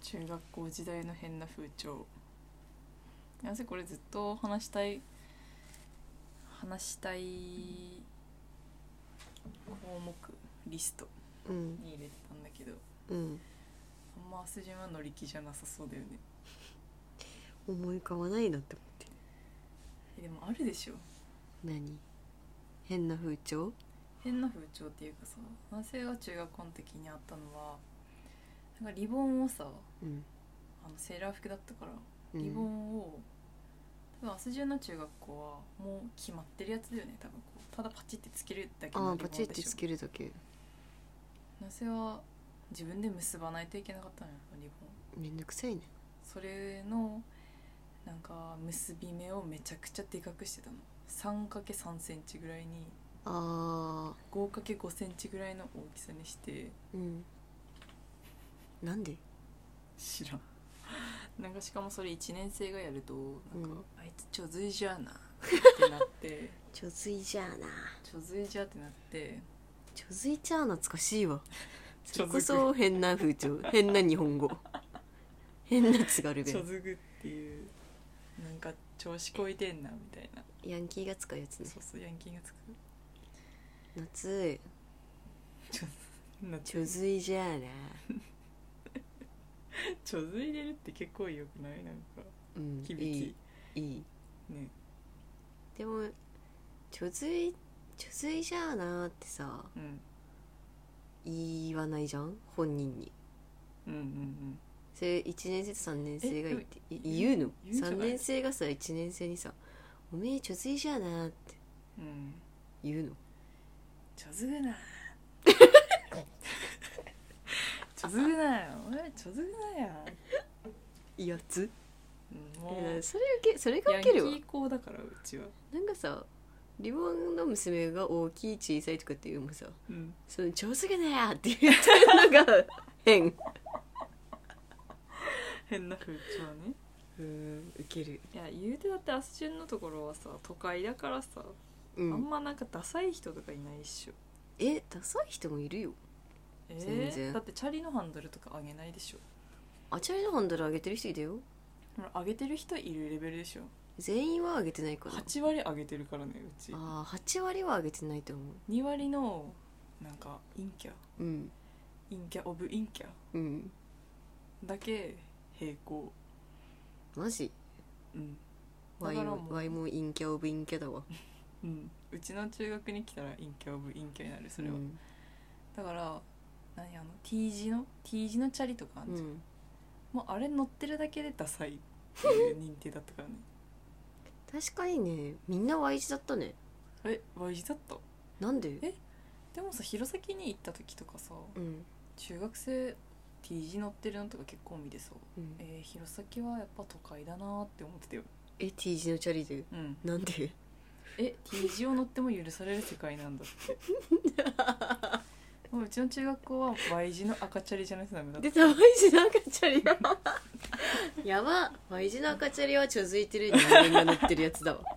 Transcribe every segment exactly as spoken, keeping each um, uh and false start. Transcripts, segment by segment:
中学校時代の変な風潮。なぜこれずっと話したい話したい項目リストうんに入れてたんだけど、 うんあんまアスジンは乗り気じゃなさそうだよね。 思い浮かばないなって思って。 えでもあるでしょ。 何変な風潮？ 変な風潮っていうかさ、男性が中学校の時にあったのはなんかリボンをさ、 うんあのセーラー服だったからうんリボンを、多分アスジュンの中学校はもう決まってるやつだよね。多分こうただパチってつけるだけあのリボンでしょ。 あパチってつけるだけ。 男性は自分で結ばないといけなかったのよ、リボン。 めんどくさいね。 それのなんか結び目をめちゃくちゃでかくしてたの。 さんかけさん センチぐらいにああごかけご センチぐらいの大きさにして。 うんなんで？ 知らん。なんかしかもそれいちねん生がやるとなんか、 うん、 あいつちょずいじゃあなってなってちょずいじゃあなちょずいじゃってなってちょずいじゃあ懐かしいわ。それこちょずそ変な風潮変な日本語変な津軽弁。 ちょずぐっていうなんか調子こいてんなみたいな。 ヤンキーが使うやつね。 そうそうヤンキーがつく夏ちょなちょずいじゃあな。 ちょずいれるって結構良くない？なんかうん響いきいいいね。 でもちょずいちょずいじゃあなってさうん言わないじゃん本人に。 うんうんうんそれいちねん生とさんねん生がいてえい言うの言うんじゃないさんねん生がさいちねん生にさおめえちょずいじゃあなってうん言うの。 ちょずぐなちょずぐなよおいちょずぐなよ。 やつ、 うん、もえうそれ受けそれがヤンキ受けるわ。 ー校だからうちは。 なんかさリボンの娘が大きい小さいとかっていうのもさうんその上手がねやって言ってるのが変。 変な風潮ね。 うんウケる。 いや言うてだってアスチュンのところはさ都会だからさ、 うんあんまなんかダサい人とかいないっしょ。 えダサい人もいるよ。 え全然ー、だってチャリのハンドルとか上げないでしょ。 あちらのハンドル上げてる人いたよ。 ほら上げてる人いるレベルでしょ。 全員は上げてないかな。 はち割上げてるからねうち。 ああはち割は上げてないと思う。 に割のなんか陰キャうん陰キャオブ陰キャうんだけ平行。 マジうんワイだからもうワイも陰キャオブ陰キャだわ。 うんうちの中学に来たら陰キャオブ陰キャになるそれは、 うんだから何あの T 字の T 字のチャリとかあんじゃん、 うんもうあれ乗ってるだけでダサいっていう認定だったからね。 確かにねみんな Y 字だったね。 え Y 字だった？ なんで？ えでもさ弘前に行った時とかさうん中学生 T 字乗ってるのとか結構見てさ、 うんえー、弘前はやっぱ都会だなーって思ってたよ。 え T 字のチャリでうんなんで？ え T 字を乗っても許される世界なんだってもううちの中学校は Y 字の赤チャリじゃないとダメだった。 出た Y 字の赤チャリやば Y 字の赤チャリはちょづいてる人間が乗ってるやつだわ。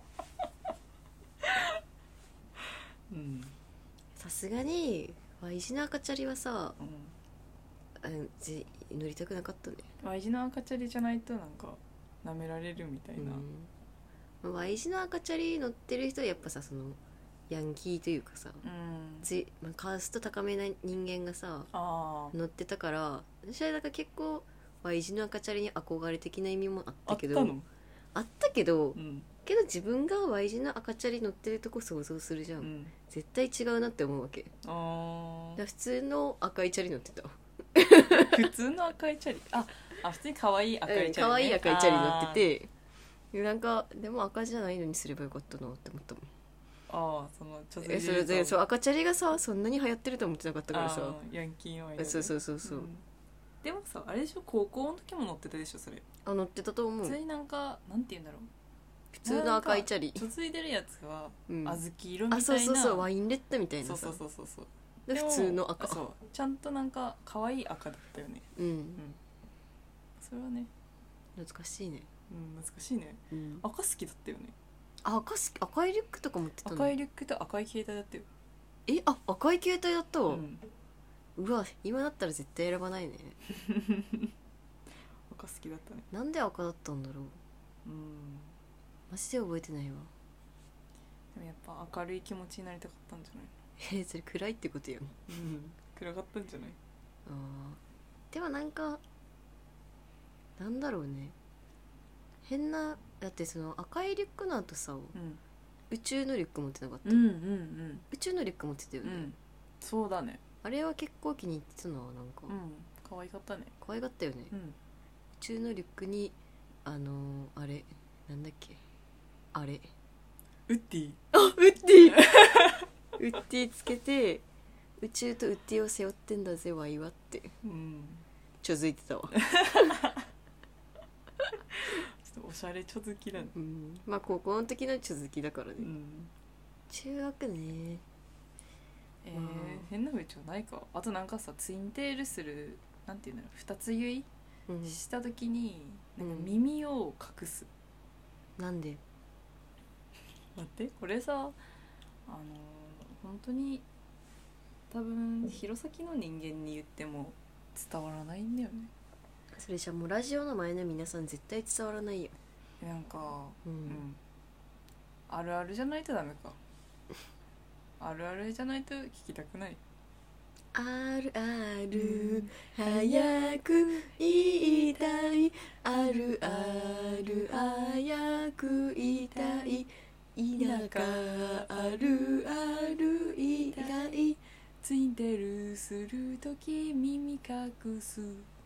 うんさすがに Y 字の赤チャリはさうんあぜ乗りたくなかったね。 Y 字の赤チャリじゃないとなんか舐められるみたいな、 うん、Y 字の赤チャリ乗ってる人はやっぱさそのヤンキーというかさうん、 つい、まあ、カースト高めな人間がさあ乗ってたから私はだから結構 Y 字の赤チャリに憧れ的な意味もあっああたけどったの。 あったけどうんけど自分が Y 字の赤チャリ乗ってるとこ想像するじゃん、 うん絶対違うなって思うわけ。 あだから普通の赤いチャリ乗ってた。 普通の赤いチャリああ普通に可愛い赤いチャリ、ね、 可愛い赤いチャリ乗っててなんかでも赤じゃないのにすればよかったなって思ったもん。 あーあーそのちょっとえそれでそう赤チャリがさそんなに流行ってると思ってなかったからさ。 ヤンキーの間でそうそうそうそう、 んでもさあれでしょ高校の時も乗ってたでしょそれ。 あ乗ってたと思う。 普通になんかなんて言うんだろう普通の赤いチャリ、 ちょついでるやつはうん、 小豆色みたいな、 あそうそうそうワインレッドみたいなさそうそうそうそうそうででも普通の赤そうちゃんとなんか可愛い赤だったよね。 うんうんそれはね、 懐かしいね、 うん、懐かしいね。 うん、 赤好きだったよね。 あ赤す赤いリュックとか持ってたの。 赤いリュックと赤い携帯だったよ。 えあ赤い携帯だったわ、 うんうわ今だったら絶対選ばないね。 なんで赤だったんだろう。 うんマジで覚えてないわ。 でもやっぱ明るい気持ちになりたかったんじゃない？ えそれ暗いってことやん。 うん暗かったんじゃない？ あーでもなんかなんだろうね、変な、だってその赤いリュックの後さ、 うん宇宙のリュック持ってなかった、 うんうんうん宇宙のリュック持ってたよね、 うんそうだね。 あれは結構気に入ってたな。なんかうん可愛かったね。 可愛かったよね、宇うん宙のリュックにあのー、あれなんだっけ、あれウッディあウッディウッディつけて、宇宙とウッディを背負ってんだぜワイはってうんちょづいてたわちょっとおしゃれちょづきだね。 うんまあ高校の時のちょづきだからね、 うん中学ね。 えーまあ変な風潮ないか。あとなんかさツインテールするなんていうの二つ結いうんした時になんかうん耳を隠す、 なんで待ってこれさあのー本当に多分弘前の人間に言っても伝わらないんだよね。 それじゃもうラジオの前の皆さん絶対伝わらないよ。 なんかううんんあるあるじゃないとダメか。あるあるじゃないと聞きたくない。 あるある早く言いたい、あるある早く言いたい、田舎あるある言いたい。 ツインテールするとき耳隠す。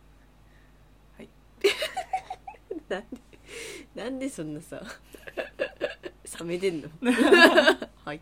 なんでなんでそんなさ冷めてんのはい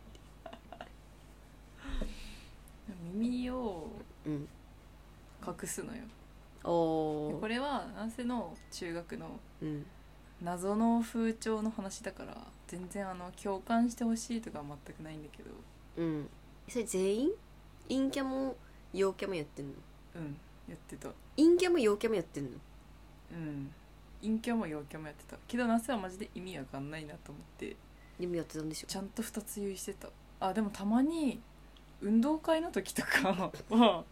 耳をうん隠すのよ。 おーでこれはなんせの中学のうん謎の風潮の話だから全然あの共感してほしいとかは全くないんだけど、 うんそれ全員陰キャも陽キャもやってんの？ うんやってた。 陰キャも陽キャもやってんの？ うん陰キャも陽キャもやってたけどなせはマジで意味わかんないなと思ってでもやってたんでしょ？ ちゃんと二つ言いしてた。あでもたまに運動会の時とかはあの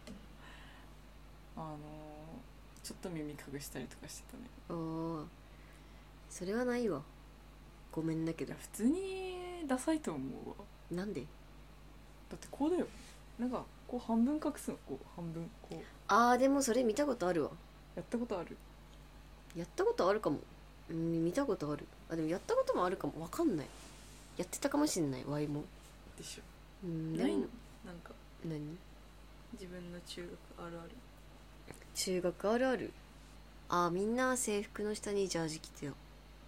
ちょっと耳隠したりとかしてたね。 ああそれはないわ、ごめんだけど。 いや普通にダサいと思うわ。 なんで？ だってこうだよ、なんかこう半分隠すの、こう半分こうああでもそれ見たことあるわ。 やったことある。 やったことあるかも。うん見たことある。あでもやったこともあるかも。わかんない。やってたかもしんないワイも。 でしょ。 うんないのでもなんか何？ 自分の中学あるある。 中学あるある。あーみんな制服の下にジャージ着てよ。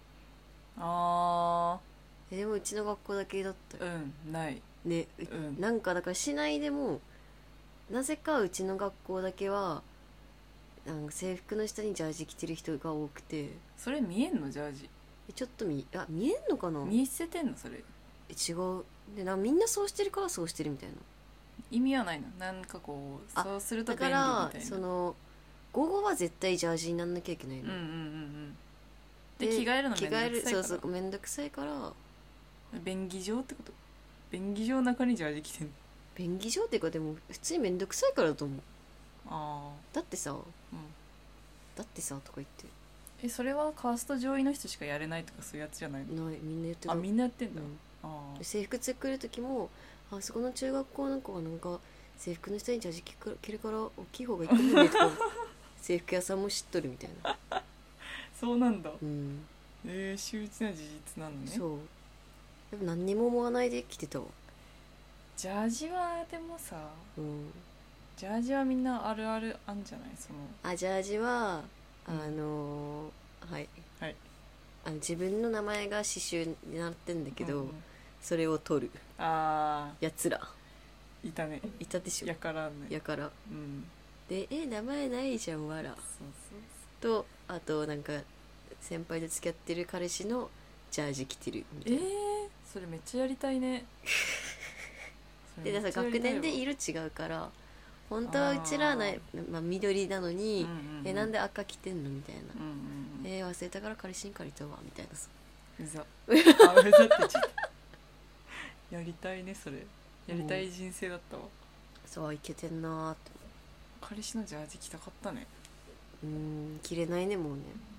あえでもうちの学校だけだったーようんない。 ね。 うんなんかだから市内でもなぜかうちの学校だけはなんか制服の下にジャージ着てる人が多くて、 それ見えんのジャージえちょっと見あ見えんのかな？ 見せてんのそれ。 え違うでな、みんなそうしてるからそうしてるみたいな。 意味はないの。なんかこうあそうするとだ便利からみたいな。 その午後は絶対ジャージになんなきゃいけないの、 うんうんうんうんで着替えるのめんどくさいから。 着替えるそうそうめんどくさいから。 便宜上ってこと？便宜上中にジャージ着てんの？ 便宜上っていうかでも普通にめんどくさいからだと思う。 あだってさあうん。 だってさとか言ってえそれはカースト上位の人しかやれないとかそういうやつじゃないの？ ないみんな言ってた。 あみんなやってんだ。 うんあ制服作る時もあそこの中学校の子はなんか制服の下にジャージ着る着るから大きい方がいいかもねとか制服屋さんも知っとるみたいな。 あそうなんだ。 うんえー、周知な事実なのね。 そうでも何にも思わないで着てたわ。 ジャージはでもさうんジャージはみんなあるあるあんじゃない？そのあジャージはあうんのーはい、 はいあの自分の名前が刺繍になってんだけど、 うんうんそれを取るあやつらーいたね。 いたでしょ。 やからね。 やからうんでえ名前ないじゃんわらそうとあとなんか先輩と付き合ってる彼氏のジャージ着てるみたそうえーいな、、 それめっちゃやりたいね。 でだから学年で色違うから本当はうちらはない、まあ、緑なのに、 うんうんうん、 えなんで赤着てんのみたいな、 うんうんうん、 えー忘れたから彼氏に借りたわみたいなさ。 うざあうざって言っちゃったやりたいねそれ。やりたい人生だったわ。 そういけてんなーって。 彼氏のジャージ着たかったね。 うーん着れないねもうね。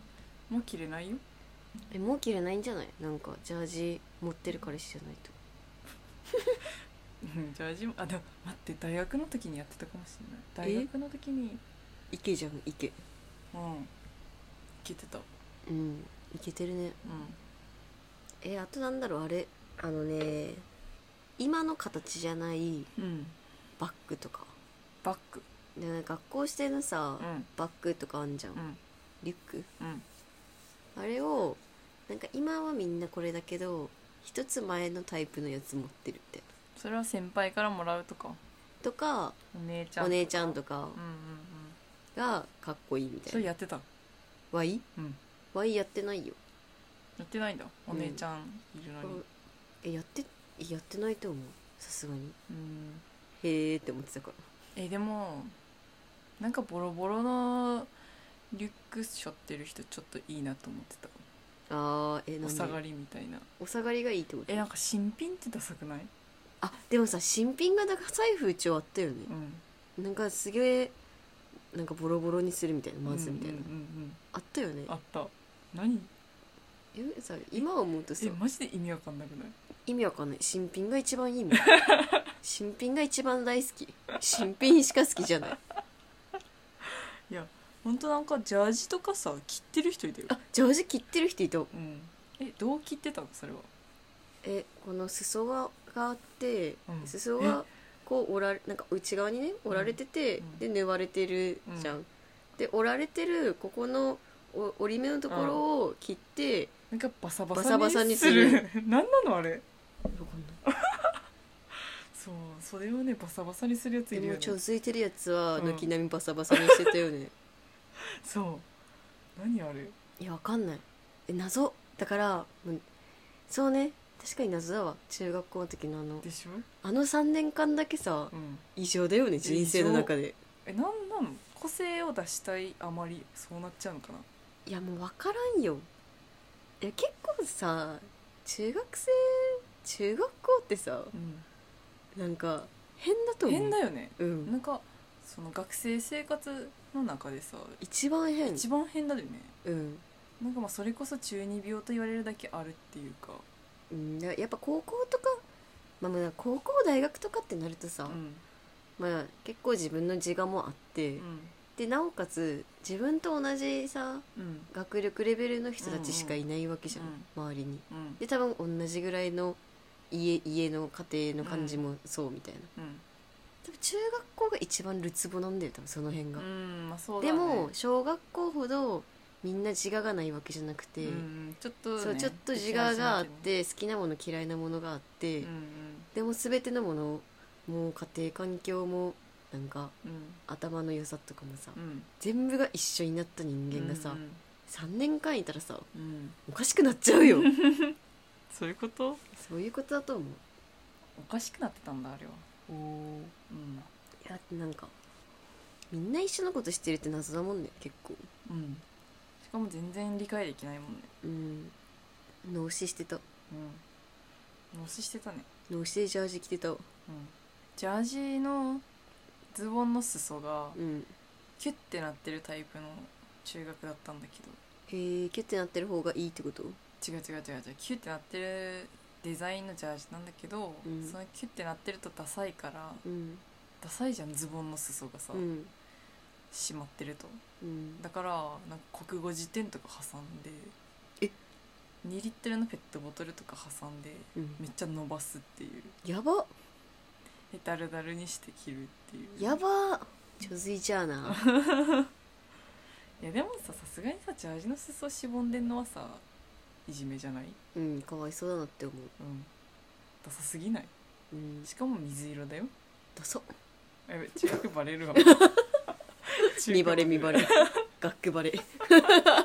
もう着れないよ。 えもう着れないんじゃない？なんかジャージ持ってる彼氏じゃないと。 うんジャージもあでも待って大学の時にやってたかもしれない。大学の時に池じゃん池。 うん着てた。 うんいけてるね。 うえあとなんだろうあれあのね今の形じゃないんうんバッグとかバッグ。 で学校指定のさ、 うんバッグとかあんじゃん、 うんリュックうんあれをなんか今はみんなこれだけど一つ前のタイプのやつ持ってるってそれは先輩からもらうとかとかお姉ちゃんお姉ちゃんとかかうんうんうんがかっこいいみたいな。 それやってた。 ワイうんワイやってないよ。 やってないんだお姉ちゃんいるのに。 えやってやってないと思うさすがに。 うんへーって思ってたから。 えでもなんかボロボロのリュック背負ってる人ちょっといいなと思ってた。 あーえなんでお下がりみたいな。 お下がりがいいってこと？ えなんか新品ってダサくない？ あでもさ新品がだから財布一応あったよね、 うんなんかすげえなんかボロボロにするみたいなまずみたいな、 うんうんうんうんあったよね。 あった何えさ今思うとさえマジで意味わかんなくない？ 意味わかんない。新品が一番いいもん新品が一番大好き。新品しか好きじゃない。 いやほんとなんかジャージとかさ着ってる人いたよ。 あジャージ着ってる人いた。 うんえどう着ってたのそれは？ えこの裾ががあって、 うん裾がこう折られなんか内側にね折られてて、 うんで縫われてるじゃん、 うんで折られてるここのお折り目のところを切って、 なんかバサバサバサバサにすにするる何なのあれ。 わかんないそうそれをねバサバサにするやついでもるよね。 ちょづいてるやつはうん軒並みバサバサにしてたよね、 そう何あれ。 いやわかんない。え謎だからうんそうね確かに謎だわ。中学校の時のあのでしょ。 あのさんねんかんだけさうん異常だよね人生の中で。 えなんなの個性を出したいあまりそうなっちゃうのかな。 いやもう分からんよ。いや結構さ中学生中学校ってさうんなんか変だと思う。 変だよね。 うんなんかその学生生活の中でさ一番変。 一番変だよね。 うん、 なんかまあそれこそ中二病と言われるだけあるっていうか。 うん、だからやっぱ高校とか、まあ、まあ高校大学とかってなるとさ、 うんまあ結構自分の自我もあって、 うんでなおかつ自分と同じさうん学力レベルの人たちしかいないわけじゃん、 うん周りに。 うんで多分同じぐらいの家家の家庭の感じもそうみたいな、 うん多分中学校が一番るつぼなんだよ多分その辺が、 うんまあそうだでね。 も小学校ほどみんな自我がないわけじゃなくて、 うんちょっとねそうちょっと自我があって好きなもの嫌いなものがあって、 うんでも全てのものもう家庭環境もなんかうん頭の良さとかもさ、 うん全部が一緒になった人間がさ、 うんさんねんかんいたらさうんおかしくなっちゃうよそういうことそういうことだと思う。 おかしくなってたんだあれは。 おーうんいやなんかみんな一緒のことしてるって謎だもんね結構。 うんしかも全然理解できないもんね。 うん脳死してた。 うん脳死してたね。 脳死でジャージ着てた。 うんジャージのズボンの裾がうんキュッてなってるタイプの中学だったんだけど。 へえキュッてなってる方がいいってこと？ 違う違う違う違うキュッてなってるデザインのジャージなんだけど、 うんそのキュッてなってるとダサいからうんダサいじゃんズボンの裾がさ、 うん締まってると。 うんだからなんか国語辞典とか挟んでえにリットルのペットボトルとか挟んでうんめっちゃ伸ばすっていうやばでダルダルにして着るっていう。 やばちょづいちゃうな。 いやでもささすがにさジャージの裾しぼんでんのはさいじめじゃない？ うんかわいそうだなって思う。 うんダサすぎない？ うんしかも水色だよ。 ダサやべ中学バレるわ見バレ見バレ学区バレ。 うん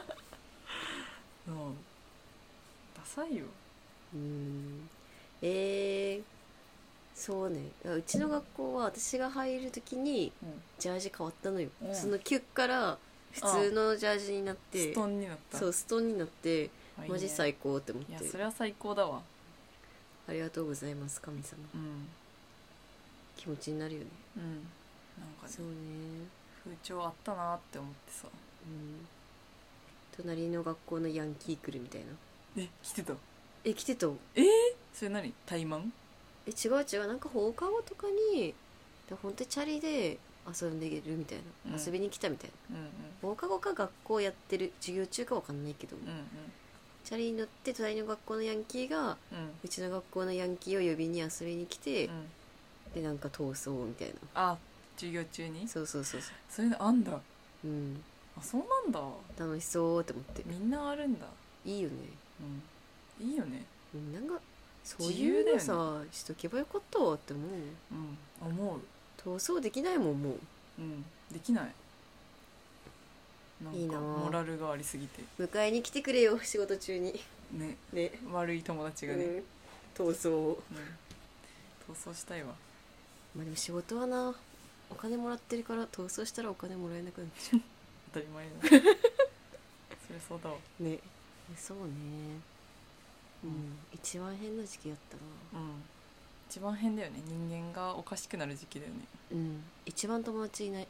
ダサいよ。 うんえー、そうねうちの学校は私が入る時にうんジャージ変わったのよ、 うんそのキュッから普通のジャージになってストンになった。 そうストンになってあいいねマジ最高って思って。 いやそれは最高だわ。 ありがとうございます神様。 うん気持ちになるよね。 うんなんかねそうね風潮あったなって思ってさ。 うん隣の学校のヤンキー来るみたいな。 え来てた。 え来てた。 えー、それ何怠慢。 え違う違う、なんか放課後とかに本当にチャリで遊んでるみたいな、 うん遊びに来たみたいな。 うんうん放課後か学校やってる授業中かわかんないけど、 うんうんチャリに乗って隣の学校のヤンキーがうんうちの学校のヤンキーを呼びに遊びに来て、 うん。 でなんか逃走みたいな。 あ授業中にそうそうそうそそういうのあんだ。 う。うんあそうなんだ。 楽しそうって思って。 みんなあるんだ。 いいよね。 うんいいよね。 みんながそういうのさ、しとけばよかったわって思う。 うん思う。 逃走できないもんもう。 うんできない。なんかいいなあモラルがありすぎて迎えに来てくれよ仕事中にね。 ね。 悪い友達がね、 うん逃走。 うん、逃走したいわ。 まあでも仕事はな、お金もらってるから逃走したらお金もらえなくなっちゃ当たり前だそれそうだわ。 うね。そうね。うん、 うん一番変な時期やったな。 うん一番変だよね。人間がおかしくなる時期だよね。 うん一番友達いない。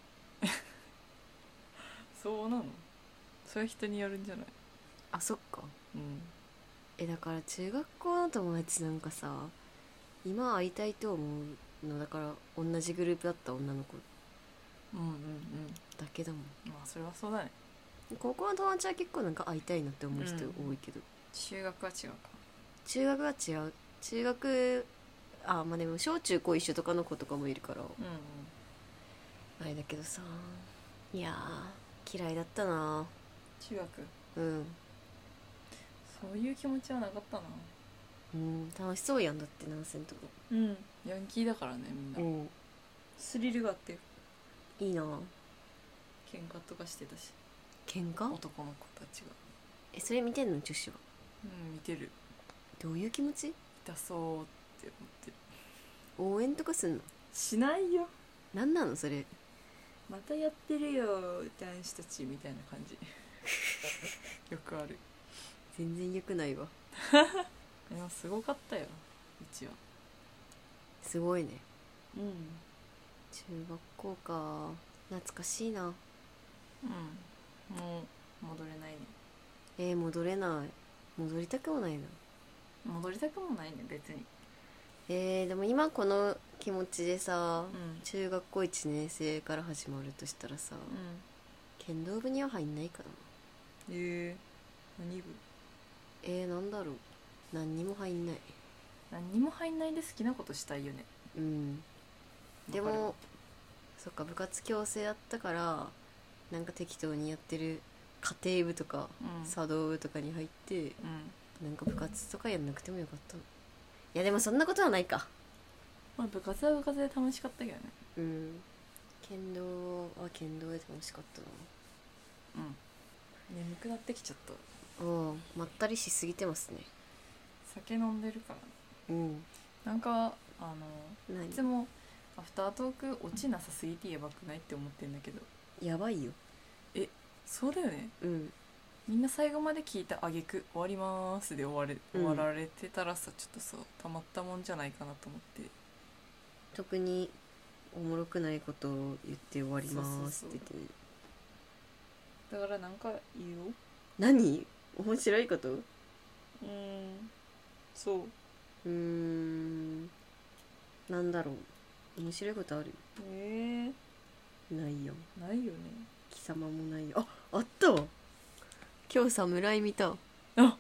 そうなの。それは人によるんじゃない。 あそっか。 うんえだから中学校の友達なんかさ、今会いたいと思うのだから同じグループだった女の子うんうんうん。 だけだもん。 まあそれはそうだね。 高校の友達は結構なんか会いたいなって思う人多いけど、 中学は違うか。 中学は違う。中学あまあでも小中高一緒とかの子とかもいるからうんうんあれだけどさ、いやー嫌いだったな。 中学うんそういう気持ちはなかったな。 うん楽しそうやんだって何せんとか。 うんヤンキーだからねみんな。 んスリルがあっていいな。 喧嘩とかしてたし喧嘩男の子たちが。 えそれ見てんの女子は。 うん見てる。 どういう気持ち？ 痛そうって思ってる。 応援とかすんの？ しないよ。 なんなのそれ。 またやってるよ男子たちみたいな感じよくある。 全然良くないわ。 でもすごかったようちは。 すごいね。 うん中学校か懐かしいな。 うんもう戻れないね。 えー、戻れない。戻りたくもないな。 戻りたくもないね別に。 えー、でも今この気持ちでさ、 うん中学校いちねん生から始まるとしたらさ、 うん剣道部には入んないかな。 えー、何部。 えー、なんだろう。何にも入んない。 何にも入んないで好きなことしたいよね。 うんでわかるわもそっか部活強制あったからなんか適当にやってる家庭部とか、 うん茶道部とかに入ってうんなんか部活とかやんなくてもよかったの。いやでもそんなことはないか。 まあ部活は部活で楽しかったけどね。 うん剣道は剣道で楽しかったうん眠くなってきちゃった。 な。おまったりしすぎてますね。 酒飲んでるからね。 うんなんかあの何いつもアフタートーク落ちなさすぎてやばくないって思ってんだけど。 やばいよ。 そうだよね。 うんみんな最後まで聞いたあげく終わりまーすで終われ終わられてたらさ、ちょっとさたまったもんじゃないかなと思って。 特におもろくないことを言って終わりますって言ってね。 だからなんか言おう。 何面白いこと？ うーんそううーんなんだろう。面白いことある？ えないよ。 ー、ないよね。 貴様もないよ。ああったわ。今日侍見た。 あ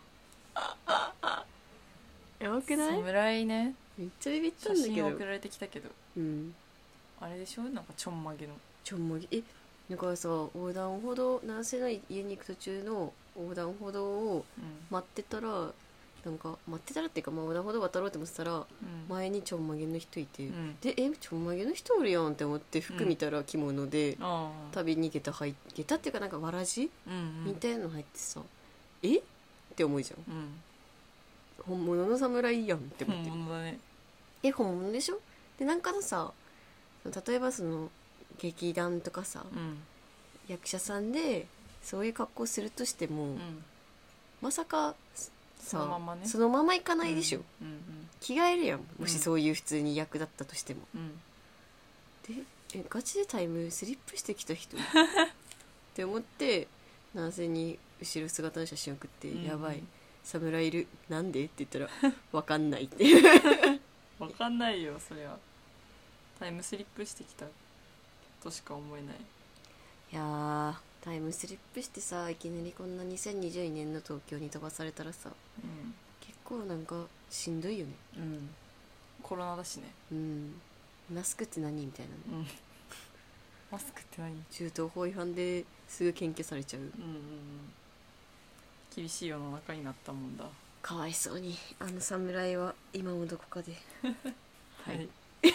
やばくない？ 侍ね。 めっちゃビビった写んだけど。 真送られてきたけどうんあれでしょなんかちょんまげの。 ちょんまげえだからさ横断歩道南西の家に行く途中の横断歩道をうん待ってたらなんか待ってたらっていうか、まあ、横断歩道渡ろうって思ってたらうん前にちょんまげの人いて、 うんでえちょんまげの人おるやんって思って服見たら着物で、 ああ旅に下駄入って下駄っていうかなんかわらじ、 うんうんみたいなの入ってさえって思うじゃん。 うん本物の侍やんって思って、 本物だね。 え本物でしょ。でなんかのさ例えばその劇団とかさ、 うん役者さんでそういう格好するとしても、 うんまさかそのままねそのままいかないでしょ、 うんうん着替えるやんもしそういう普通に役だったとしても、 うんでえガチでタイムスリップしてきた人って思って南西に後ろ姿の写真送って「 うんやばい侍いるなんで?」って言ったら「わかんない」ってわかんないよそりゃ。タイムスリップしてきたとしか思えない。 いやータイムスリップしてさ、いきなりこんなにせんにじゅうにねんの東京に飛ばされたらさ、 うん結構なんかしんどいよね。 うんコロナだしね。 うんマスクって何みたいな、 うんマスクって何。 銃刀法違反ですぐ検挙されちゃう。 うんうんうん厳しい世の中になったもんだ。 かわいそうにあの侍は今もどこかではいじ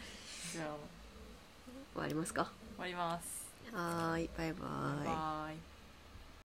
ゃあ終わりますか。 終わります。 はーいバイバーイ。 バイバイ。